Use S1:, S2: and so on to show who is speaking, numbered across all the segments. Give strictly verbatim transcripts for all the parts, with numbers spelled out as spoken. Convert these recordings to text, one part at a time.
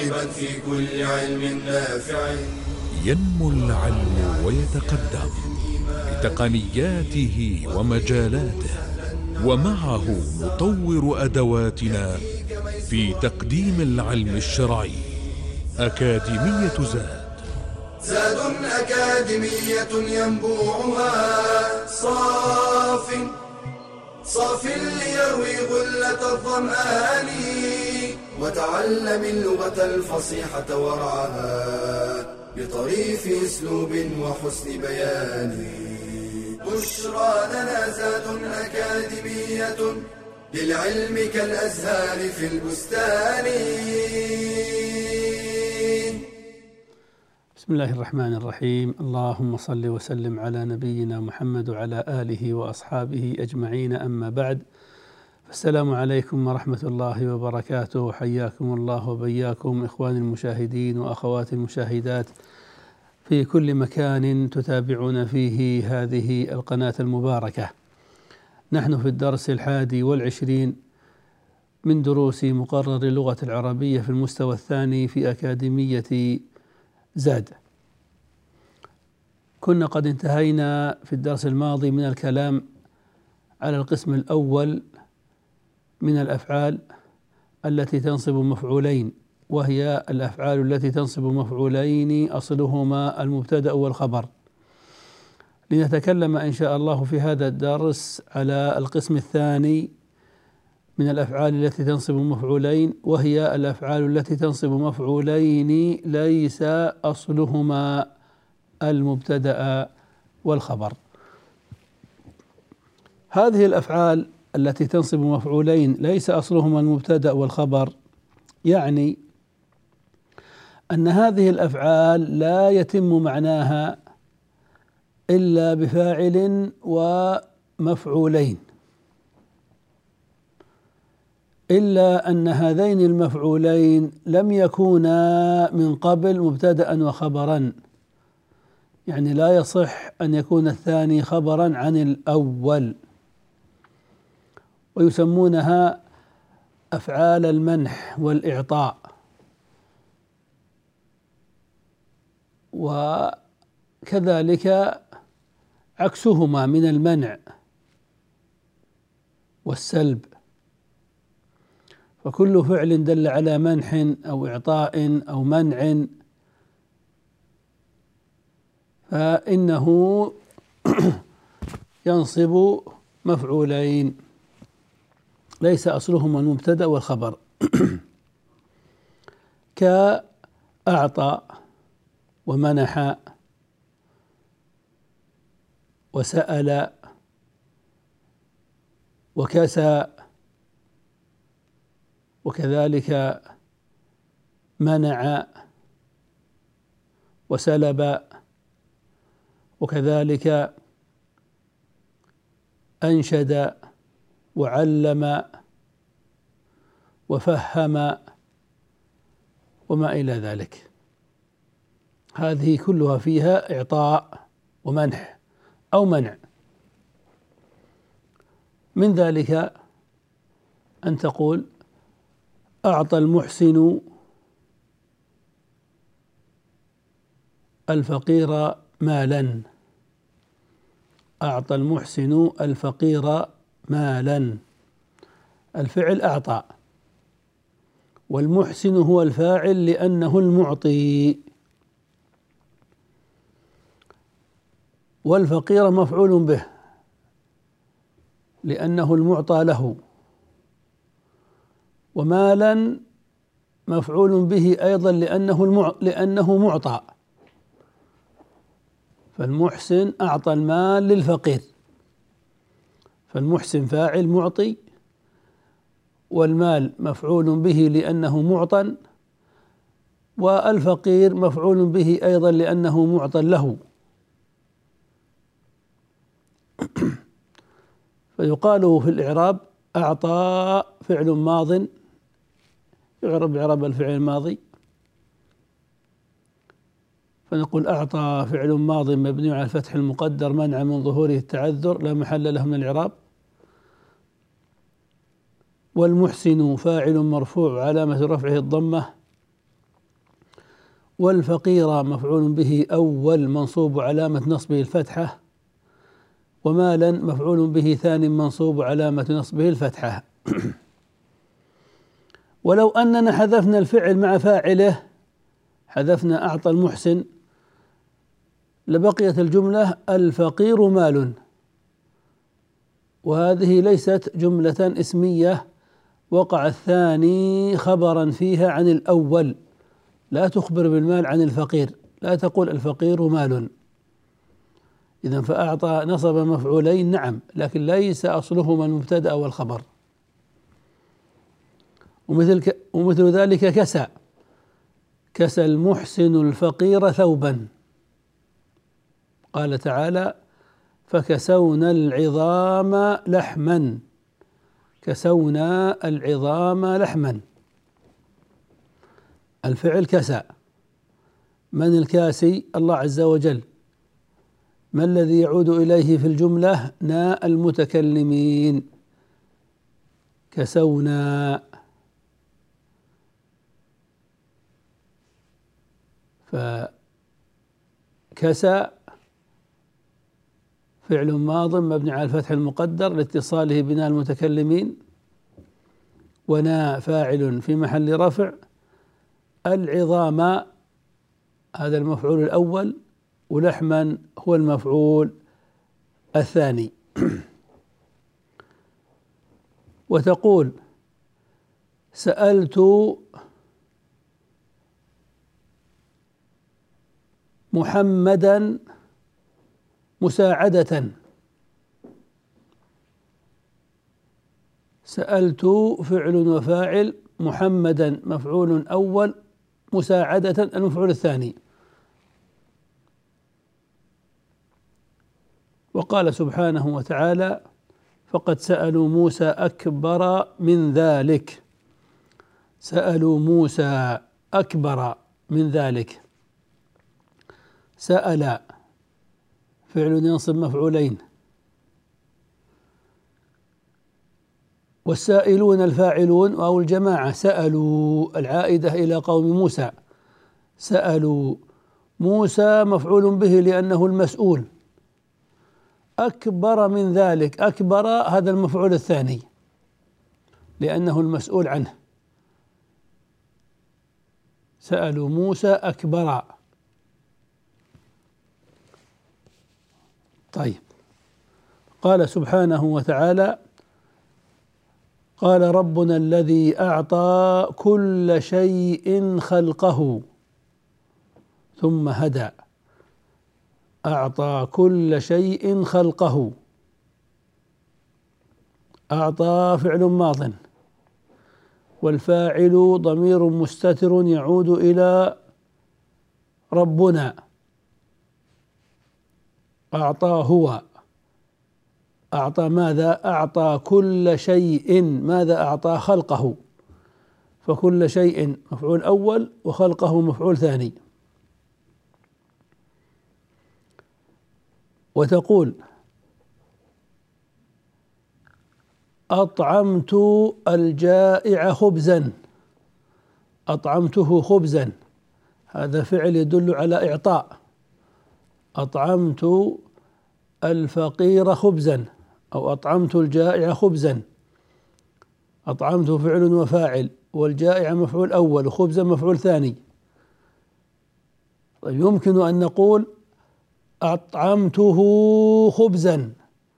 S1: راغبا في كل علم نافع.
S2: ينمو العلم ويتقدم بتقنياته ومجالاته، ومعه نطور أدواتنا في تقديم العلم الشرعي. أكاديمية زاد
S1: زاد أكاديمية ينبوعها صاف صاف ليروي غلة الظمآن، وتعلم اللغة الفصيحة ورعاها بطريف اسلوب وحسن بيان. بشرى لنا زاد أكاديمية للعلم كالأزهار في البستان.
S3: بسم الله الرحمن الرحيم. اللهم صل وسلم على نبينا محمد وعلى آله وأصحابه أجمعين، أما بعد، السلام عليكم ورحمة الله وبركاته. حياكم الله وبياكم إخواني المشاهدين وأخواتي المشاهدات في كل مكان تتابعون فيه هذه القناة المباركة. نحن في الدرس الحادي والعشرين من دروس مقرر اللغة العربية في المستوى الثاني في أكاديمية زاد. كنا قد انتهينا في الدرس الماضي من الكلام على القسم الأول من الأفعال التي تنصب مفعولين، وهي الأفعال التي تنصب مفعولين أصلهما المبتدأ والخبر. لنتكلم إن شاء الله في هذا الدرس على القسم الثاني من الأفعال التي تنصب مفعولين، وهي الأفعال التي تنصب مفعولين ليس أصلهما المبتدأ والخبر. هذه الأفعال التي تنصب مفعولين ليس أصلهما المبتدأ والخبر، يعني أن هذه الأفعال لا يتم معناها إلا بفاعل ومفعولين، إلا أن هذين المفعولين لم يكونا من قبل مبتدأ وخبرا، يعني لا يصح أن يكون الثاني خبرا عن الأول، ويسمونها أفعال المنح والإعطاء. وكذلك عكسهما من المنع والسلب، فكل فعل دل على منح أو إعطاء أو منع فإنه ينصب مفعولين ليس أصلهما المبتدأ والخبر. كأعطى ومنح وسأل وكسى، وكذلك منع وسلب، وكذلك أنشد وعلم وفهم وما إلى ذلك. هذه كلها فيها إعطاء ومنح أو منع. من ذلك أن تقول أعطى المحسن الفقير مالا. أعطى المحسن الفقير مالا، الفعل أعطى، والمحسن هو الفاعل لأنه المعطي، والفقير مفعول به لأنه المعطى له، ومالا مفعول به أيضا لأنه المع... لأنه معطى. فالمحسن أعطى المال للفقير، فالمحسن فاعل معطي، والمال مفعول به لأنه معطى، والفقير مفعول به أيضا لأنه معطى له. فيقال في الإعراب أعطى فعل ماض يعرب إعراب الفعل الماضي، فنقول أعطى فعل ماض مبني على الفتح المقدر منع من ظهوره التعذر لا محل له من الإعراب. والمحسن فاعل مرفوع علامة رفعه الضمة والفقير مفعول به أول منصوب علامة نصبه الفتحة، ومالا مفعول به ثاني منصوب علامة نصبه الفتحة. ولو أننا حذفنا الفعل مع فاعله، حذفنا أعطى المحسن، لبقيت الجملة الفقير مال، وهذه ليست جملة اسمية، وقع الثاني خبرا فيها عن الأول، لا تخبر بالمال عن الفقير، لا تقول الفقير مال. إذن فأعطى نصب مفعولين نعم، لكن ليس أصلهما المبتدأ والخبر. ومثل ومثل ذلك كسى، كسى المحسن الفقير ثوبا، قال تعالى فكسونا العظام لحما، كسونا العظام لحما. الفعل كسى، من الكاسي؟ الله عز وجل. ما الذي يعود إليه في الجملة؟ نا المتكلمين. كسونا، فكسى فعل ماض مبني على الفتح المقدر لاتصاله بنا المتكلمين، ونا فاعل في محل رفع، العظام هذا المفعول الأول، ولحما هو المفعول الثاني. وتقول سألت محمدا مساعدة، سألت فعل وفاعل، محمدا مفعول أول، مساعدة المفعول الثاني. وقال سبحانه وتعالى فقد سألوا موسى أكبر من ذلك، سألوا موسى أكبر من ذلك. سأل فعل ينصب مفعولين، والسائلون الفاعلون أو الجماعة، سألوا العائدة إلى قوم موسى، سألوا موسى مفعول به لأنه المسؤول، أكبر من ذلك، أكبر هذا المفعول الثاني لأنه المسؤول عنه، سألوا موسى أكبر. طيب، قال سبحانه وتعالى قال ربنا الذي أعطى كل شيء خلقه ثم هدى، أعطى كل شيء خلقه، أعطى فعل ماض، والفاعل ضمير مستتر يعود إلى ربنا، أعطى هو، أعطى ماذا؟ أعطى كل شيء، ماذا أعطى؟ خلقه، فكل شيء مفعول أول وخلقه مفعول ثاني. وتقول أطعمت الجائع خبزا، أطعمته خبزا، هذا فعل يدل على إعطاء. أطعمت الفقير خبزا أو أطعمت الجائع خبزا، أطعمت فعل وفاعل، والجائع مفعول أول، وخبزا مفعول ثاني. طيب، يمكن أن نقول أطعمته خبزا،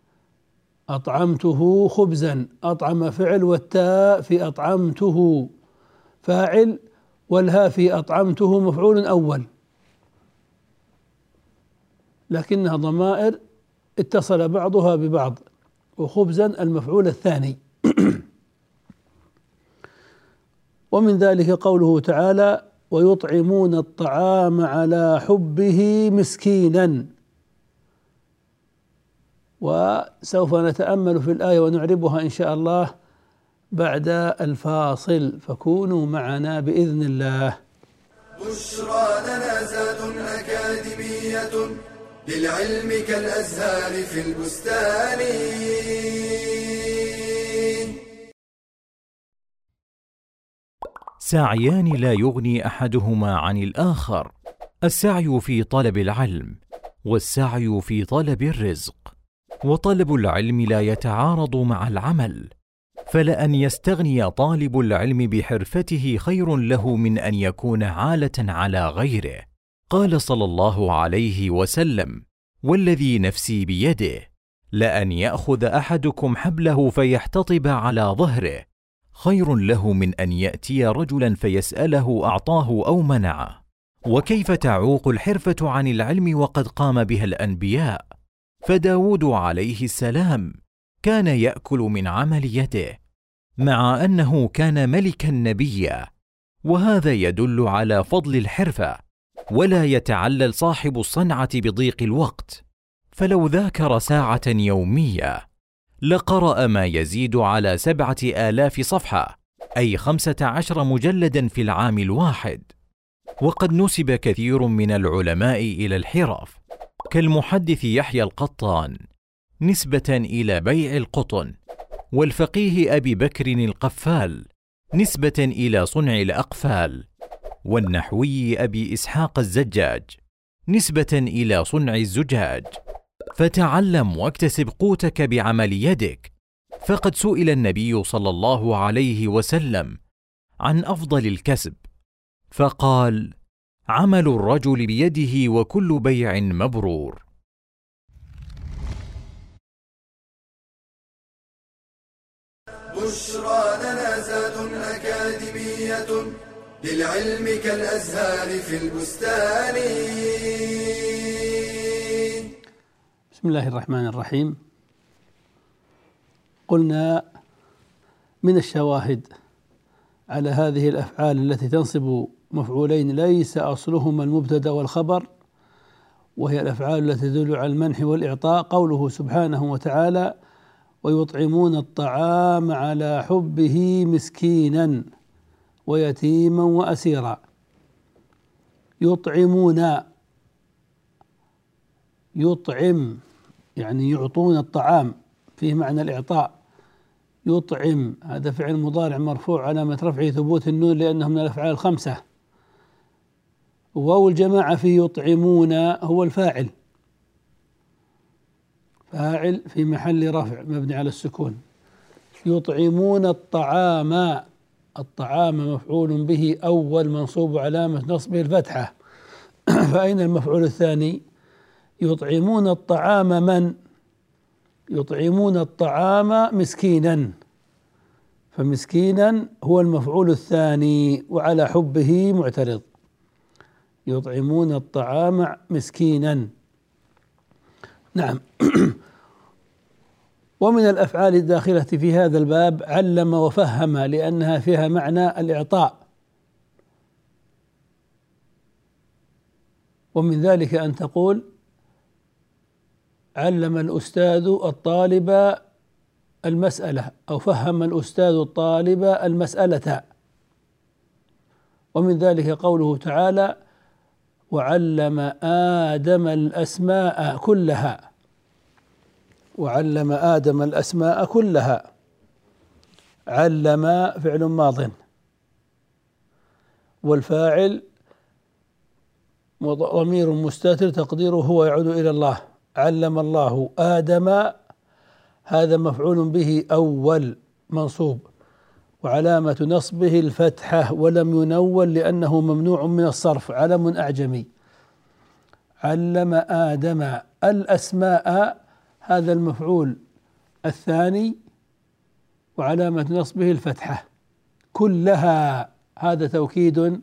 S3: أطعمته خبزا، أطعم فعل، والتاء في أطعمته فاعل، والهاء في أطعمته مفعول أول، لكنها ضمائر اتصل بعضها ببعض، وخبزا المفعول الثاني. ومن ذلك قوله تعالى ويطعمون الطعام على حبه مسكينا. وسوف نتأمل في الآية ونعربها إن شاء الله بعد الفاصل، فكونوا معنا بإذن الله.
S1: بشرى لنا زاد أكاديمية للعلم كالأزهار في البستان.
S4: سعيان لا يغني أحدهما عن الآخر، السعي في طلب العلم والسعي في طلب الرزق. وطلب العلم لا يتعارض مع العمل، فلأن يستغني طالب العلم بحرفته خير له من أن يكون عالة على غيره. قال صلى الله عليه وسلم: والذي نفسي بيده لأن يأخذ أحدكم حبله فيحتطب على ظهره خير له من أن يأتي رجلا فيسأله أعطاه أو منعه. وكيف تعوق الحرفة عن العلم وقد قام بها الأنبياء؟ فداود عليه السلام كان يأكل من عمل يده، مع أنه كان ملكا نبيا، وهذا يدل على فضل الحرفة. ولا يتعلل صاحب الصنعة بضيق الوقت، فلو ذاكر ساعة يومية لقرأ ما يزيد على سبعة آلاف صفحة، أي خمسة عشر مجلدا في العام الواحد. وقد نسب كثير من العلماء إلى الحرف، كالمحدث يحيى القطان نسبة إلى بيع القطن، والفقيه أبي بكر القفال نسبة إلى صنع الأقفال، والنحوي أبي إسحاق الزجاج نسبة إلى صنع الزجاج. فتعلم واكتسب قوتك بعمل يدك. فقد سئل النبي صلى الله عليه وسلم عن أفضل الكسب، فقال: عمل الرجل بيده وكل بيع مبرور.
S1: بشرى لنا زاد أكاديمية للعلم كالأزهار في البستان.
S3: بسم الله الرحمن الرحيم. قلنا من الشواهد على هذه الأفعال التي تنصب مفعولين ليس أصلهما المبتدأ والخبر، وهي الأفعال التي تدل على المنح والإعطاء، قوله سبحانه وتعالى: ويطعمون الطعام على حبه مسكينا ويتيما وأسيرا. يطعمون، يطعم يعني يعطون الطعام، فيه معنى الإعطاء. يطعم هذا فعل مضارع مرفوع علامة رفعه ثبوت النون لأنه من الأفعال الخمسة. واو الجماعة في يطعمون هو الفاعل، فاعل في محل رفع مبني على السكون. يطعمون الطعام، الطعام مفعول به أول منصوب علامة نصبه الفتحة. فأين المفعول الثاني؟ يطعمون الطعام من؟ يطعمون الطعام مسكينا، فمسكينا هو المفعول الثاني وعلى حبه معترض. يطعمون الطعام مسكينا. نعم. ومن الأفعال الداخلة في هذا الباب علم وفهم، لأنها فيها معنى الإعطاء. ومن ذلك أن تقول: علم الأستاذ الطالب المسألة، أو فهم الأستاذ الطالب المسألة. ومن ذلك قوله تعالى: وعلم آدم الأسماء كلها. وعلم آدم الأسماء كلها. علم فعل ماض، والفاعل ضمير مستتر تقديره هو يعود إلى الله. علم الله آدم، هذا مفعول به أول منصوب، وعلامة نصبه الفتحة، ولم ينون لأنه ممنوع من الصرف، علم أعجمي. علم آدم الأسماء، هذا المفعول الثاني وعلامة نصبه الفتحة. كلها، هذا توكيد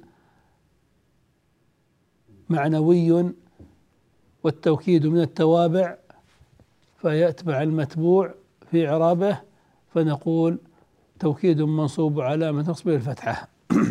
S3: معنوي، والتوكيد من التوابع فيتبع المتبوع في إعرابه، فنقول توكيد منصوب علامة نصبه الفتحة.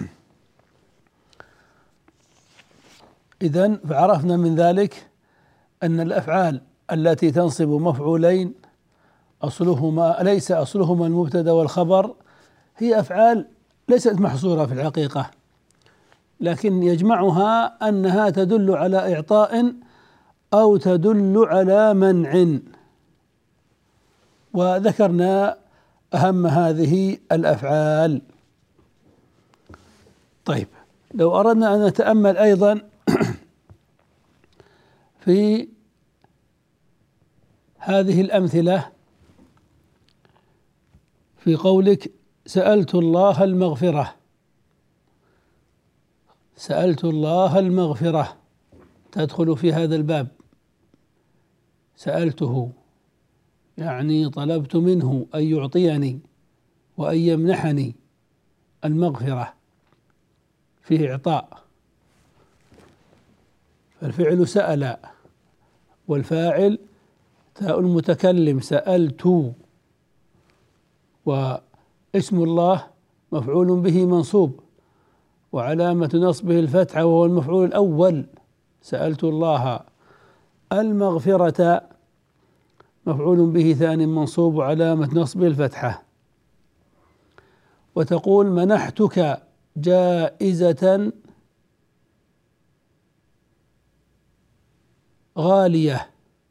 S3: إذن فعرفنا من ذلك أن الأفعال التي تنصب مفعولين أصلهما ليس أصلهما المبتدأ والخبر، هي أفعال ليست محصورة في الحقيقة، لكن يجمعها أنها تدل على إعطاء أو تدل على منع. وذكرنا أهم هذه الأفعال. طيب، لو أردنا أن نتأمل أيضا في هذه الأمثلة في قولك سألت الله المغفرة، سألت الله المغفرة تدخل في هذا الباب. سألته يعني طلبت منه أن يعطيني وأن يمنحني المغفرة، فيه إعطاء. فالفعل سأل والفاعل تاء المتكلم سألت، واسم الله مفعول به منصوب وعلامة نصبه الفتحة وهو المفعول الأول. سألت الله المغفرة مفعول به ثاني منصوب وعلامة نصبه الفتحة. وتقول منحتك جائزة غالية،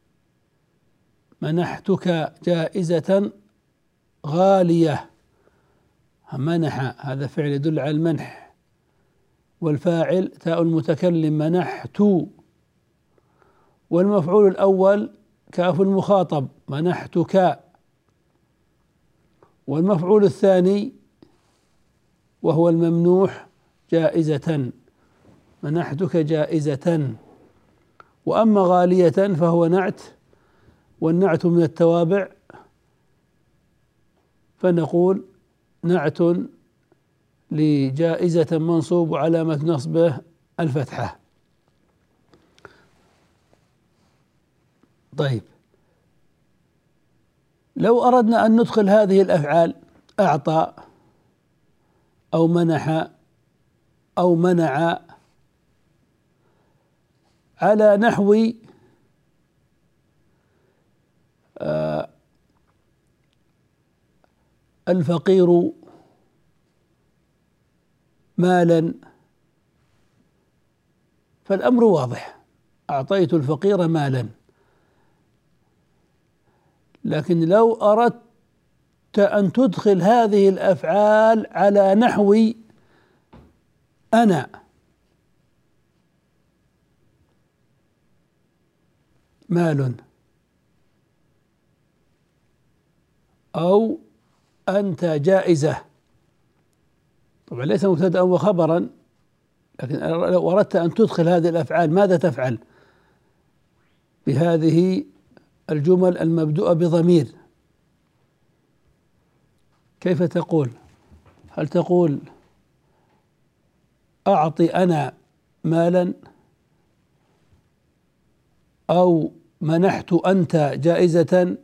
S3: منحتك جائزة غالية. منح هذا فعل يدل على المنح، والفاعل تاء المتكلم منحت، والمفعول الأول كاف المخاطب منحتك، والمفعول الثاني وهو الممنوح جائزة، منحتك جائزة. وأما غالية فهو نعت، والنعت من التوابع، فنقول نعت لجائزة منصوب وعلامة نصبه الفتحة. طيب، لو أردنا أن ندخل هذه الأفعال أعطى أو منح أو منع على نحو آه الفقير مالا، فالأمر واضح، أعطيت الفقير مالا. لكن لو أردت أن تدخل هذه الأفعال على نحو أنا مال، أو أنت جائزة، طبعا ليس مبتدأ وخبرا، لكن لو أردت أن تدخل هذه الأفعال ماذا تفعل بهذه الجمل المبدوءة بضمير؟ كيف تقول؟ هل تقول أعطي أنا مالا، أو منحت أنت جائزة؟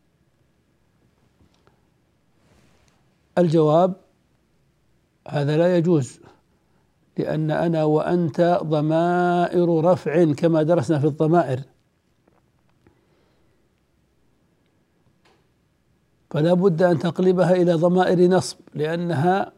S3: الجواب هذا لا يجوز، لأن أنا وأنت ضمائر رفع كما درسنا في الضمائر، فلا بد أن تقلبها إلى ضمائر نصب، لأنها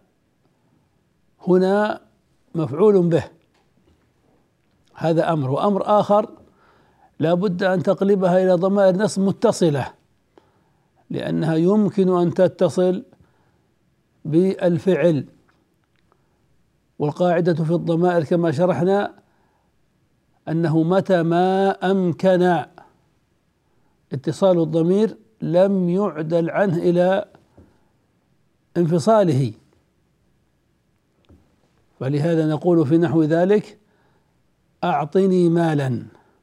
S3: هنا مفعول به، هذا أمر. وأمر آخر لا بد أن تقلبها إلى ضمائر نصب متصلة، لأنها يمكن أن تتصل بالفعل، والقاعدة في الضمائر كما شرحنا أنه متى ما أمكن اتصال الضمير لم يعدل عنه إلى انفصاله، ولهذا نقول في نحو ذلك أعطني مالا،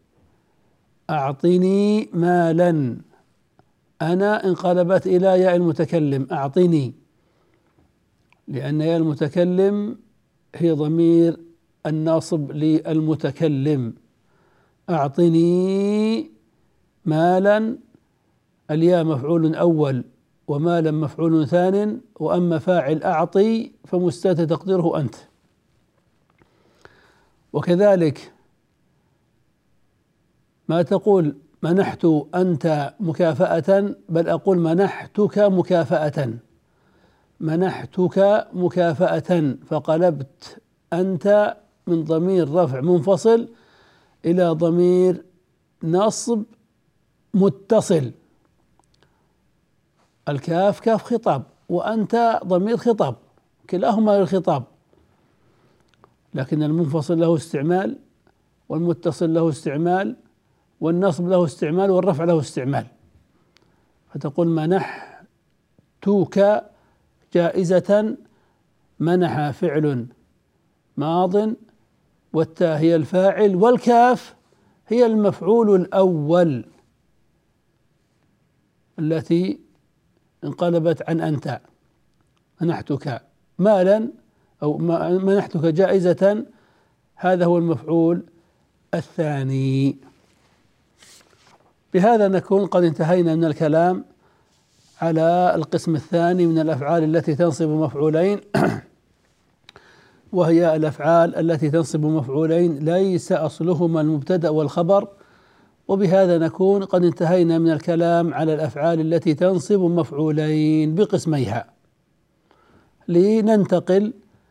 S3: أعطني مالا، أنا انقلبت إلى ياء المتكلم أعطني، لأن ياء المتكلم هي ضمير الناصب للمتكلم. أعطني مالا، الياء مفعول أول ومالا مفعول ثان، وأما فاعل أعطي فمستتر تقديره أنت. وكذلك ما تقول منحت أنت مكافأة، بل أقول منحتك مكافأة، منحتك مكافأة، فقلبت أنت من ضمير رفع منفصل إلى ضمير نصب متصل. الكاف كاف خطاب، وأنت ضمير خطاب، كلاهما للخطاب. لكن المنفصل له استعمال، والمتصل له استعمال، والنصب له استعمال، والرفع له استعمال. فتقول منحتك جائزة، منح فعل ماض، والتاء هي الفاعل، والكاف هي المفعول الأول التي انقلبت عن أنت. منحتك مالا أو منحتك جائزة، هذا هو المفعول الثاني. بهذا نكون قد انتهينا من الكلام على القسم الثاني من الأفعال التي تنصب مفعولين، وهي الأفعال التي تنصب مفعولين ليس أصلهما المبتدأ والخبر. وبهذا نكون قد انتهينا من الكلام على الأفعال التي تنصب مفعولين بقسميها، لننتقل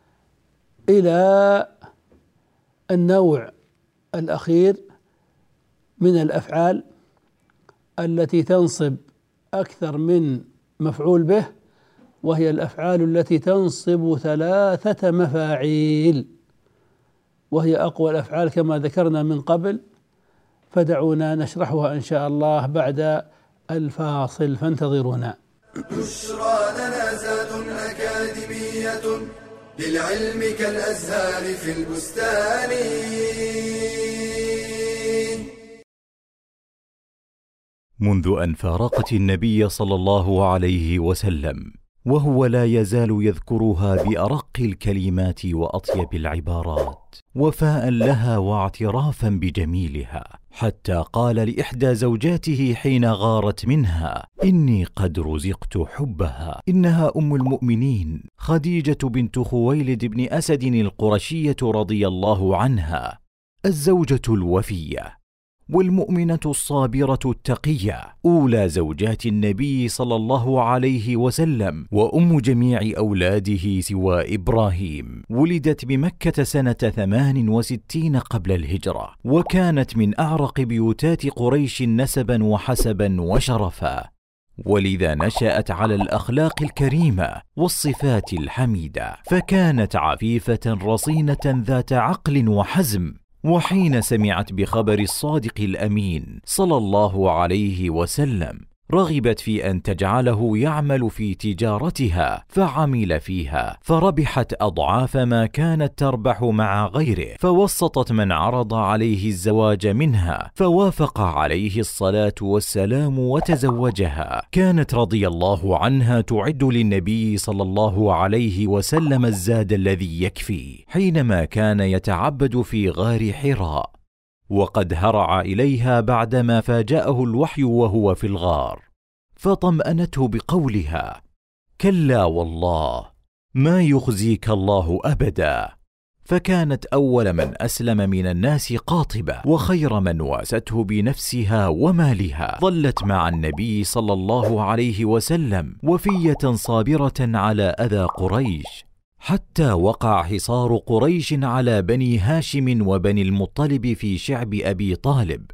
S3: إلى النوع الأخير من الأفعال التي تنصب أكثر من مفعول به، وهي الأفعال التي تنصب ثلاثة مفاعيل، وهي أقوى الأفعال كما ذكرنا من قبل. فدعونا نشرحها إن شاء الله بعد الفاصل، فانتظرونا.
S1: بشرى لنا زاد أكاديمية للعلم كالأزهار في البستان.
S4: منذ أن فارقت النبي صلى الله عليه وسلم وهو لا يزال يذكرها بأرق الكلمات وأطيب العبارات، وفاء لها واعترافا بجميلها، حتى قال لإحدى زوجاته حين غارت منها: إني قد رزقت حبها. إنها أم المؤمنين خديجة بنت خويلد بن أسد القرشية رضي الله عنها، الزوجة الوفية والمؤمنة الصابرة التقية، أولى زوجات النبي صلى الله عليه وسلم، وأم جميع أولاده سوى إبراهيم. ولدت بمكة سنة ثمان وستين قبل الهجرة، وكانت من أعرق بيوتات قريش نسبا وحسبا وشرفا، ولذا نشأت على الأخلاق الكريمة والصفات الحميدة، فكانت عفيفة رصينة ذات عقل وحزم. وحين سمعت بخبر الصادق الأمين صلى الله عليه وسلم رغبت في أن تجعله يعمل في تجارتها، فعمل فيها فربحت أضعاف ما كانت تربح مع غيره، فوسطت من عرض عليه الزواج منها، فوافق عليه الصلاة والسلام وتزوجها. كانت رضي الله عنها تعد للنبي صلى الله عليه وسلم الزاد الذي يكفي حينما كان يتعبد في غار حراء، وقد هرع إليها بعدما فاجأه الوحي وهو في الغار، فطمأنته بقولها: كلا والله ما يخزيك الله أبدا. فكانت أول من أسلم من الناس قاطبة، وخير من واسته بنفسها ومالها. ظلت مع النبي صلى الله عليه وسلم وفية صابرة على أذى قريش، حتى وقع حصار قريش على بني هاشم وبني المطلب في شعب أبي طالب،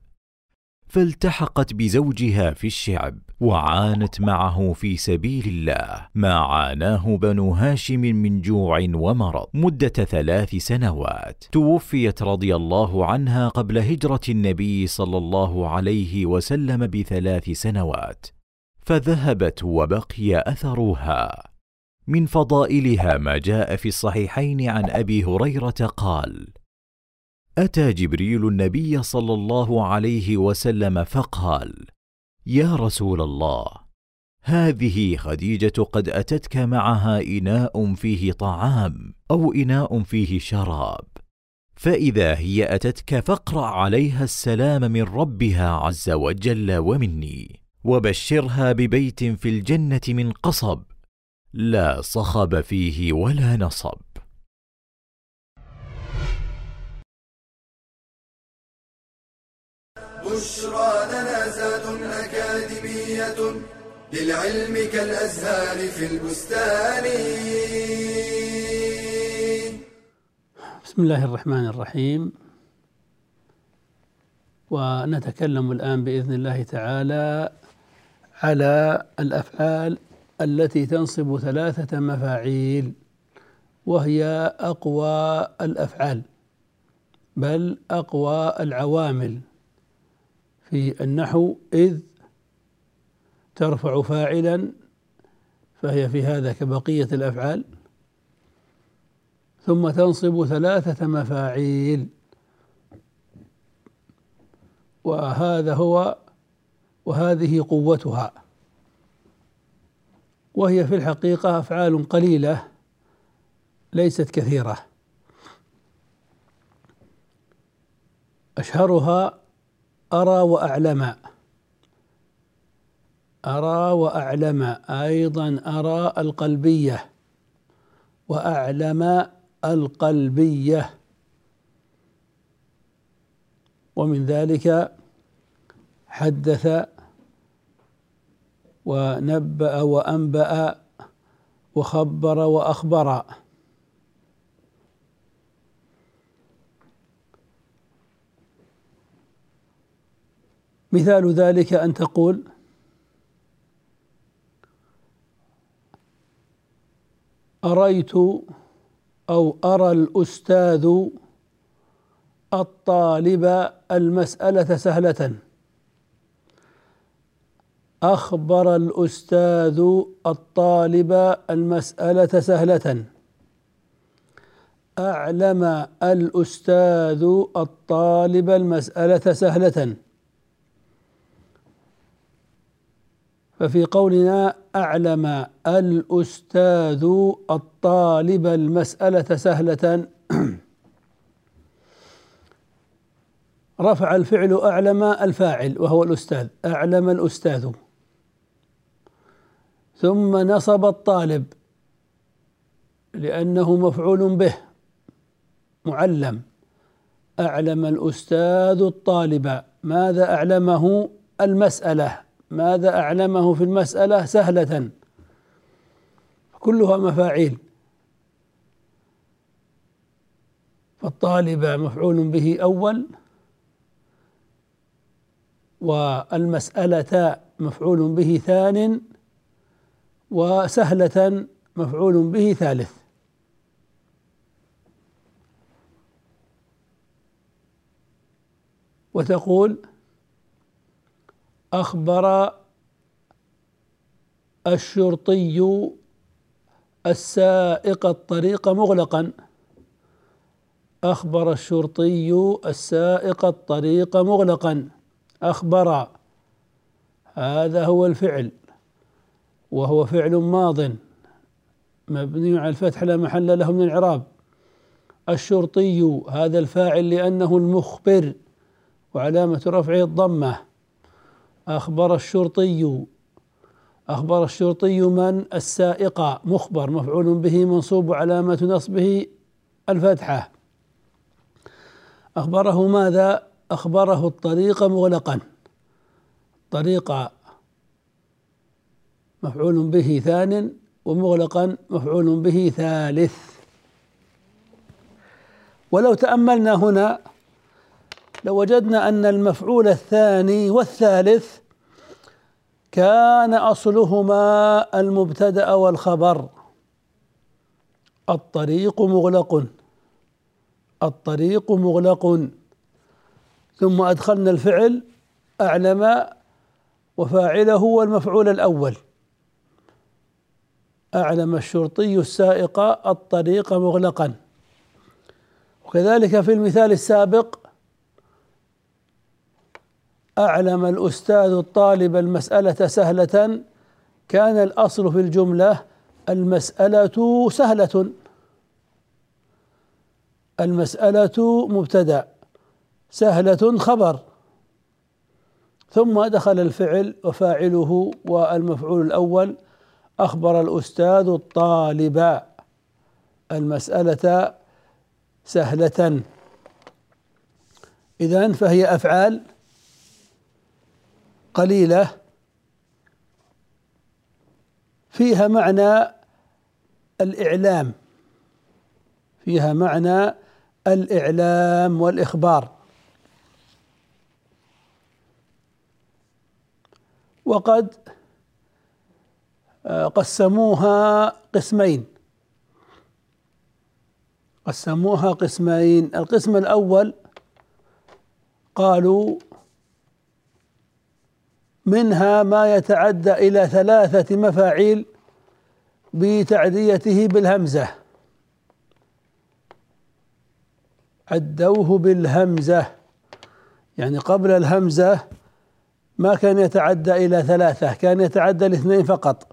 S4: فالتحقت بزوجها في الشعب وعانت معه في سبيل الله ما عاناه بنو هاشم من جوع ومرض مدة ثلاث سنوات. توفيت رضي الله عنها قبل هجرة النبي صلى الله عليه وسلم بثلاث سنوات، فذهبت وبقي أثرها. من فضائلها ما جاء في الصحيحين عن أبي هريرة قال: أتى جبريل النبي صلى الله عليه وسلم فقال: يا رسول الله، هذه خديجة قد أتتك معها إناء فيه طعام أو إناء فيه شراب، فإذا هي أتتك فاقرأ عليها السلام من ربها عز وجل ومني، وبشرها ببيت في الجنة من قصب لا صخب فيه ولا نصب.
S1: بشرى لنا زاد أكاديمية للعلم كالأزهار في البستان.
S3: بسم الله الرحمن الرحيم. ونتكلم الآن بإذن الله تعالى على الأفعال التي تنصب ثلاثة مفاعيل، وهي أقوى الأفعال بل أقوى العوامل في النحو، إذ ترفع فاعلا فهي في هذا كبقية الأفعال، ثم تنصب ثلاثة مفاعيل، وهذا هو وهذه قوتها، وهي في الحقيقة أفعال قليلة ليست كثيرة. أشهرها أرى وأعلم، أرى وأعلم، أيضا أرى القلبية وأعلم القلبية، ومن ذلك حدث ونبأ وأنبأ وخبر وأخبر. مثال ذلك أن تقول: أريت أو أرى الأستاذ الطالب المسألة سهلة، أخبر الأستاذ الطالب المسألة سهلة، أعلم الأستاذ الطالب المسألة سهلة. ففي قولنا أعلم الأستاذ الطالب المسألة سهلة رفع الفعل أعلم الفاعل وهو الأستاذ، أعلم الأستاذ، ثم نصب الطالب لأنه مفعول به معلم، أعلم الأستاذ الطالب. ماذا أعلمه؟ المسألة. ماذا أعلمه في المسألة؟ سهلة. كلها مفاعيل. فالطالب مفعول به أول، والمسألة مفعول به ثان، وسهلة مفعول به ثالث. وتقول: أخبر الشرطي السائق الطريق مغلقا، أخبر الشرطي السائق الطريق مغلقا، أخبر، هذا هو الفعل وهو فعل ماض مبني على الفتح لا محل له من الإعراب. الشرطي هذا الفاعل لأنه المخبر وعلامة رفعه الضمة. أخبر الشرطي، أخبر الشرطي من؟ السائق، مخبر مفعول به منصوب وعلامة نصبه الفتحة. أخبره ماذا؟ أخبره الطريق مغلقا، طريق مفعول به ثان، ومغلقا مفعول به ثالث. ولو تأملنا هنا لوجدنا أن المفعول الثاني والثالث كان أصلهما المبتدأ والخبر. الطريق مغلق، الطريق مغلق، ثم أدخلنا الفعل أعلم وفاعله هو المفعول الأول، أعلم الشرطي السائق الطريق مغلقا. وكذلك في المثال السابق أعلم الأستاذ الطالب المسألة سهلة، كان الأصل في الجملة المسألة سهلة، المسألة مبتدأ، سهلة خبر، ثم دخل الفعل وفاعله والمفعول الأول، أخبر الأستاذ الطالب المسألة سهلة. إذن فهي أفعال قليلة فيها معنى الإعلام، فيها معنى الإعلام والإخبار. وقد قسموها قسمين، قسموها قسمين. القسم الأول قالوا منها ما يتعدى إلى ثلاثة مفاعيل بتعديته بالهمزة، عدوه بالهمزة، يعني قبل الهمزة ما كان يتعدى إلى ثلاثة، كان يتعدى لاثنين فقط.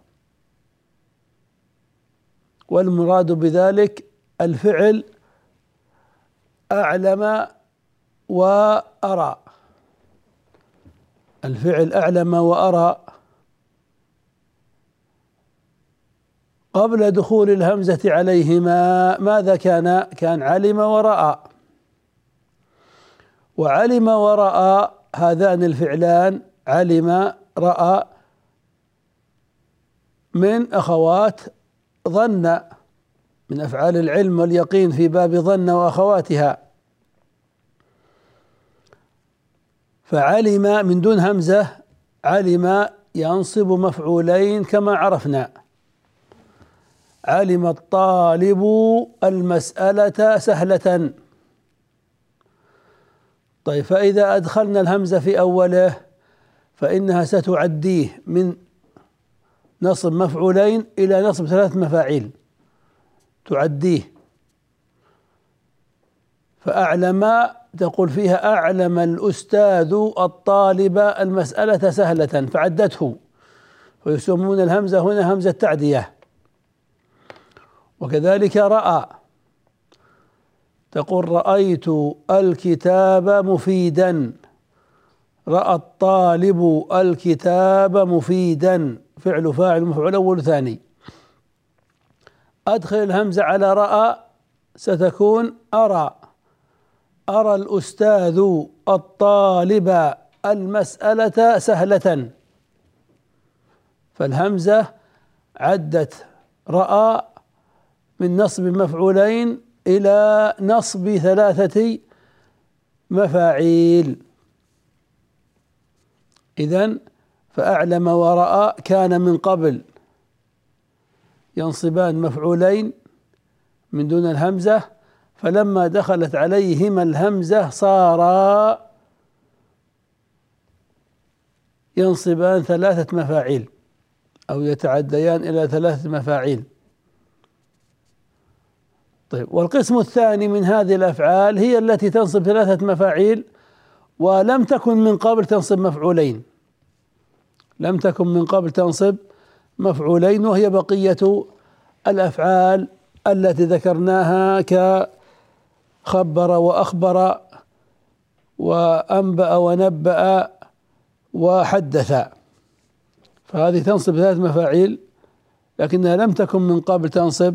S3: والمراد بذلك الفعل أعلم وأرى، الفعل أعلم وأرى قبل دخول الهمزة عليهما ماذا كان؟ كان علم ورأى. وعلم ورأى هذان الفعلان علم رأى من أخوات ظن، من أفعال العلم واليقين في باب ظن وأخواتها. فعلم من دون همزة، علم ينصب مفعولين كما عرفنا، علم الطالب المسألة سهلة. طيب فإذا أدخلنا الهمزة في أوله فإنها ستعديه من نصب مفعولين إلى نصب ثلاث مفاعيل، تعديه. فأعلم تقول فيها أعلم الأستاذ الطالب المسألة سهلة فعدته، ويسمون الهمزة هنا همزة تعدية. وكذلك رأى، تقول رأيت الكتاب مفيدا، رأى الطالب الكتاب مفيدا، فعل فاعل مفعول أول ثاني. أدخل الهمزة على رأى ستكون أرى، أرى الأستاذ الطالب المسألة سهلة. فالهمزة عدت رأى من نصب مفعولين إلى نصب ثلاثة مفاعيل. إذن فأعلم ورأى كان من قبل ينصبان مفعولين من دون الهمزة، فلما دخلت عليهما الهمزة صارا ينصبان ثلاثة مفاعيل أو يتعديان إلى ثلاثة مفاعيل. طيب، والقسم الثاني من هذه الأفعال هي التي تنصب ثلاثة مفاعيل ولم تكن من قبل تنصب مفعولين، لم تكن من قبل تنصب مفعولين، وهي بقية الأفعال التي ذكرناها كخبر وأخبر وأنبأ ونبأ وحدث. فهذه تنصب ثلاث مفاعيل لكنها لم تكن من قبل تنصب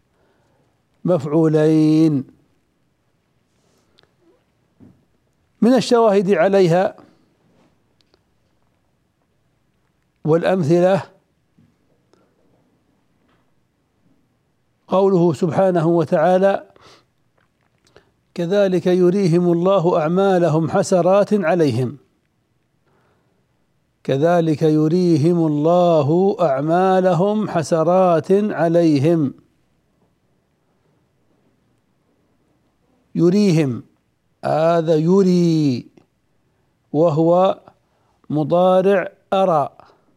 S3: مفعولين. من الشواهد عليها والأمثلة قوله سبحانه وتعالى: كذلك يريهم الله أعمالهم حسرات عليهم. كذلك يريهم الله أعمالهم حسرات عليهم. يريهم هذا يري وهو مضارع أرى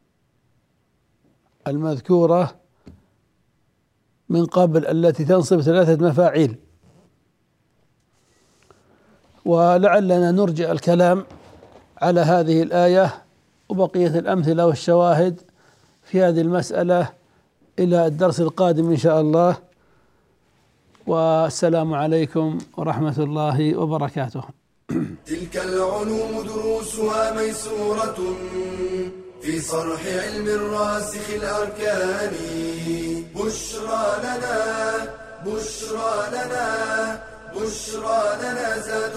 S3: المذكورة من قبل التي تنصب ثلاثة مفاعيل. ولعلنا نرجع الكلام على هذه الآية وبقية الأمثلة والشواهد في هذه المسألة إلى الدرس القادم إن شاء الله. والسلام عليكم ورحمة الله وبركاته.
S1: تلك العلوم دروسها ميسورة في صرح علم الراسخ الأركان. بشرى لنا بشرى لنا بشرى لنا زاد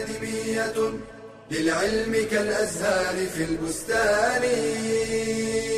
S1: أكاديمية للعلم كالأزهار في البستان.